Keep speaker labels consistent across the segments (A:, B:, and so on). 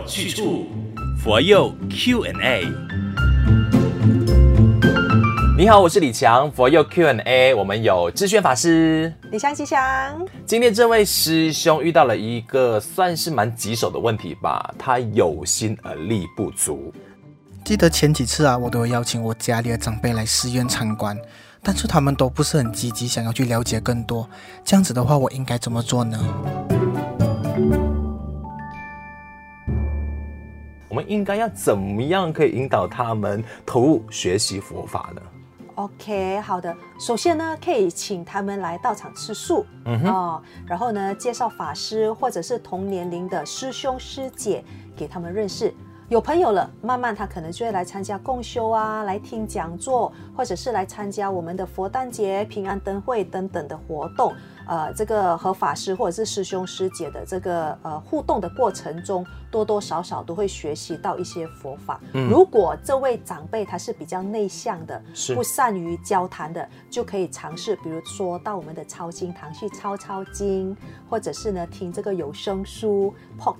A: 有去处，佛佑 Q&A。你好，我是李强，佛佑 Q&A， 我们有智炫法师，
B: 李强吉祥。
A: 今天这位师兄遇到了一个算是蛮棘手的问题吧，他有心而力不足。
C: 记得前几次我都有邀请我家里的长辈来寺院参观，但是他们都不是很积极，想要去了解更多。这样子的话，我应该怎么做呢？
A: 我们应该要怎么样可以引导他们投入学习佛法呢
B: ？OK， 好的。首先呢，可以请他们来道场吃素，然后呢，介绍法师或者是同年龄的师兄师姐给他们认识。有朋友了，慢慢他可能就会来参加共修啊，来听讲座，或者是来参加我们的佛诞节、平安灯会等等的活动。这个和法师或者是师兄师姐的这个互动的过程中，多多少少都会学习到一些佛法。如果这位长辈他是比较内向的，不善于交谈的，就可以尝试，比如说到我们的抄经堂去抄经，或者是呢听这个有声书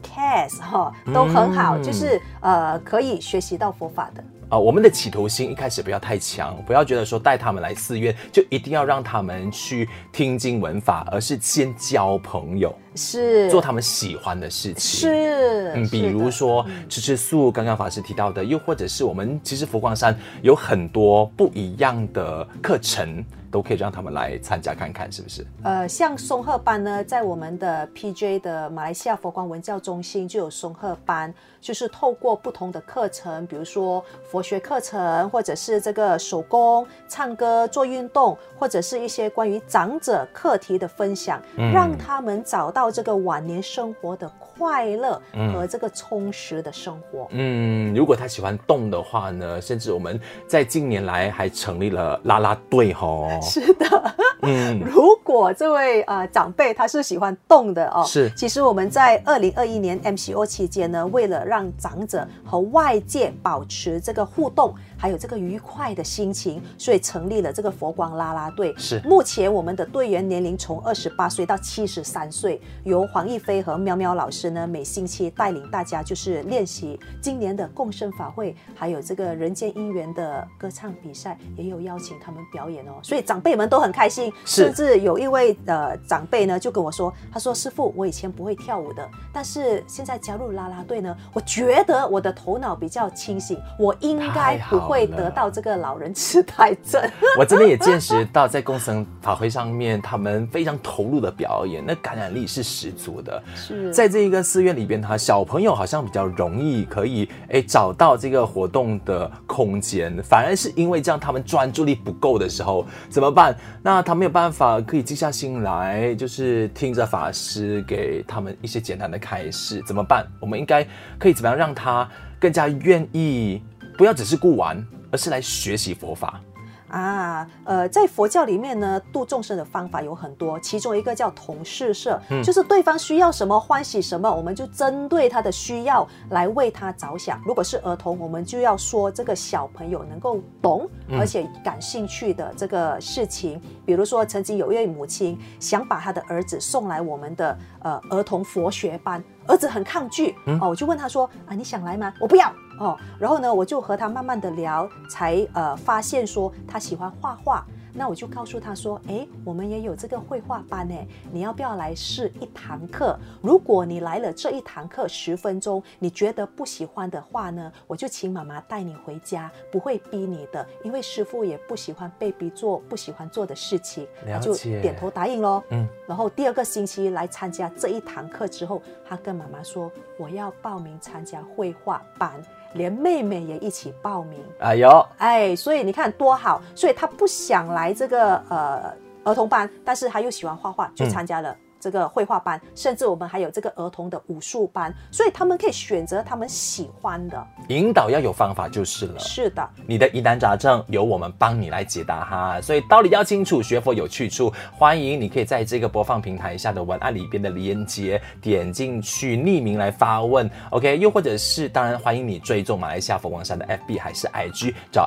B: podcast 都很好，就是可以学习到佛法的。
A: 我们的企图心一开始不要太强，不要觉得说带他们来寺院就一定要让他们去听经闻法，而是先交朋友，
B: 是
A: 做他们喜欢的事情，
B: 是
A: 比如说吃素，刚刚法师提到的，又或者是我们其实佛光山有很多不一样的课程，都可以让他们来参加看看，是不是？
B: 像松鹤班呢，在我们的 PJ 的马来西亚佛光文教中心就有松鹤班，就是透过不同的课程，比如说佛学课程，或者是这个手工、唱歌、做运动，或者是一些关于长者课题的分享，让他们找到这个晚年生活的快乐和这个充实的生活。
A: 如果他喜欢动的话呢，甚至我们在近年来还成立了啦啦队
B: 是的，如果这位长辈他是喜欢动的
A: 是。
B: 其实我们在2021年 MCO 期间呢，为了让长者和外界保持这个互动，还有这个愉快的心情，所以成立了这个佛光啦啦队。
A: 是。
B: 目前我们的队员年龄从28岁到73岁，由黄逸飞和喵喵老师呢每星期带领大家就是练习今年的共生法会，还有这个人间姻缘的歌唱比赛，也有邀请他们表演所以长辈们都很开心。甚至有一位长辈呢就跟我说，他说师父，我以前不会跳舞的，但是现在加入啦啦队呢，我觉得我的头脑比较清醒，我应该不会得到这个老人痴呆症。
A: 我真的也见识到在共生法会上面他们非常投入的表演，那感染力是十足的。
B: 是
A: 在这一个寺院里边，小朋友好像比较容易可以找到这个活动的空间，反而是因为这样他们专注力不够的时候怎么办？那他没有办法可以静下心来，就是听着法师给他们一些简单的开示，怎么办？我们应该可以怎么样让他更加愿意，不要只是顾玩，而是来学习佛法？
B: 在佛教里面呢，度众生的方法有很多，其中一个叫同事摄，就是对方需要什么欢喜什么，我们就针对他的需要来为他着想。如果是儿童，我们就要说这个小朋友能够懂而且感兴趣的这个事情。比如说曾经有一位母亲想把他的儿子送来我们的儿童佛学班，儿子很抗拒我就问他说你想来吗？我不要然后呢我就和他慢慢的聊，才发现说他喜欢画画。那我就告诉他说，我们也有这个绘画班你要不要来试一堂课？如果你来了这一堂课10分钟，你觉得不喜欢的话呢，我就请妈妈带你回家，不会逼你的，因为师父也不喜欢被逼做不喜欢做的事情。
A: 了解。
B: 就点头答应咯。然后第2个星期来参加这一堂课之后，他跟妈妈说，我要报名参加绘画班，连妹妹也一起报名。所以你看多好。所以他不想来这个儿童班，但是他又喜欢画画，就参加了这个绘画班，甚至我们还有这个儿童的武术班，所以他们可以选择他们喜欢的。
A: 引导要有方法就是了。
B: 是的，
A: 你的疑难杂症由我们帮你来解答哈，所以道理要清楚，学佛有去处。欢迎你可以在这个播放平台下的文案里边的连结点进去，匿名来发问 ，OK？ 又或者是当然欢迎你追踪马来西亚佛光山的 FB 还是 IG， 找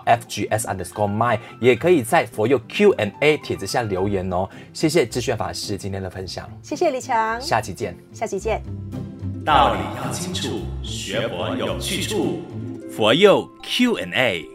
A: FGS_my， 也可以在佛佑 Q&A 帖子下留言哦。谢谢智炫法师今天的分享。
B: 谢谢李强，
A: 下期见。
B: 下期见。
D: 道理要清楚，学佛有去处。佛佑 Q&A。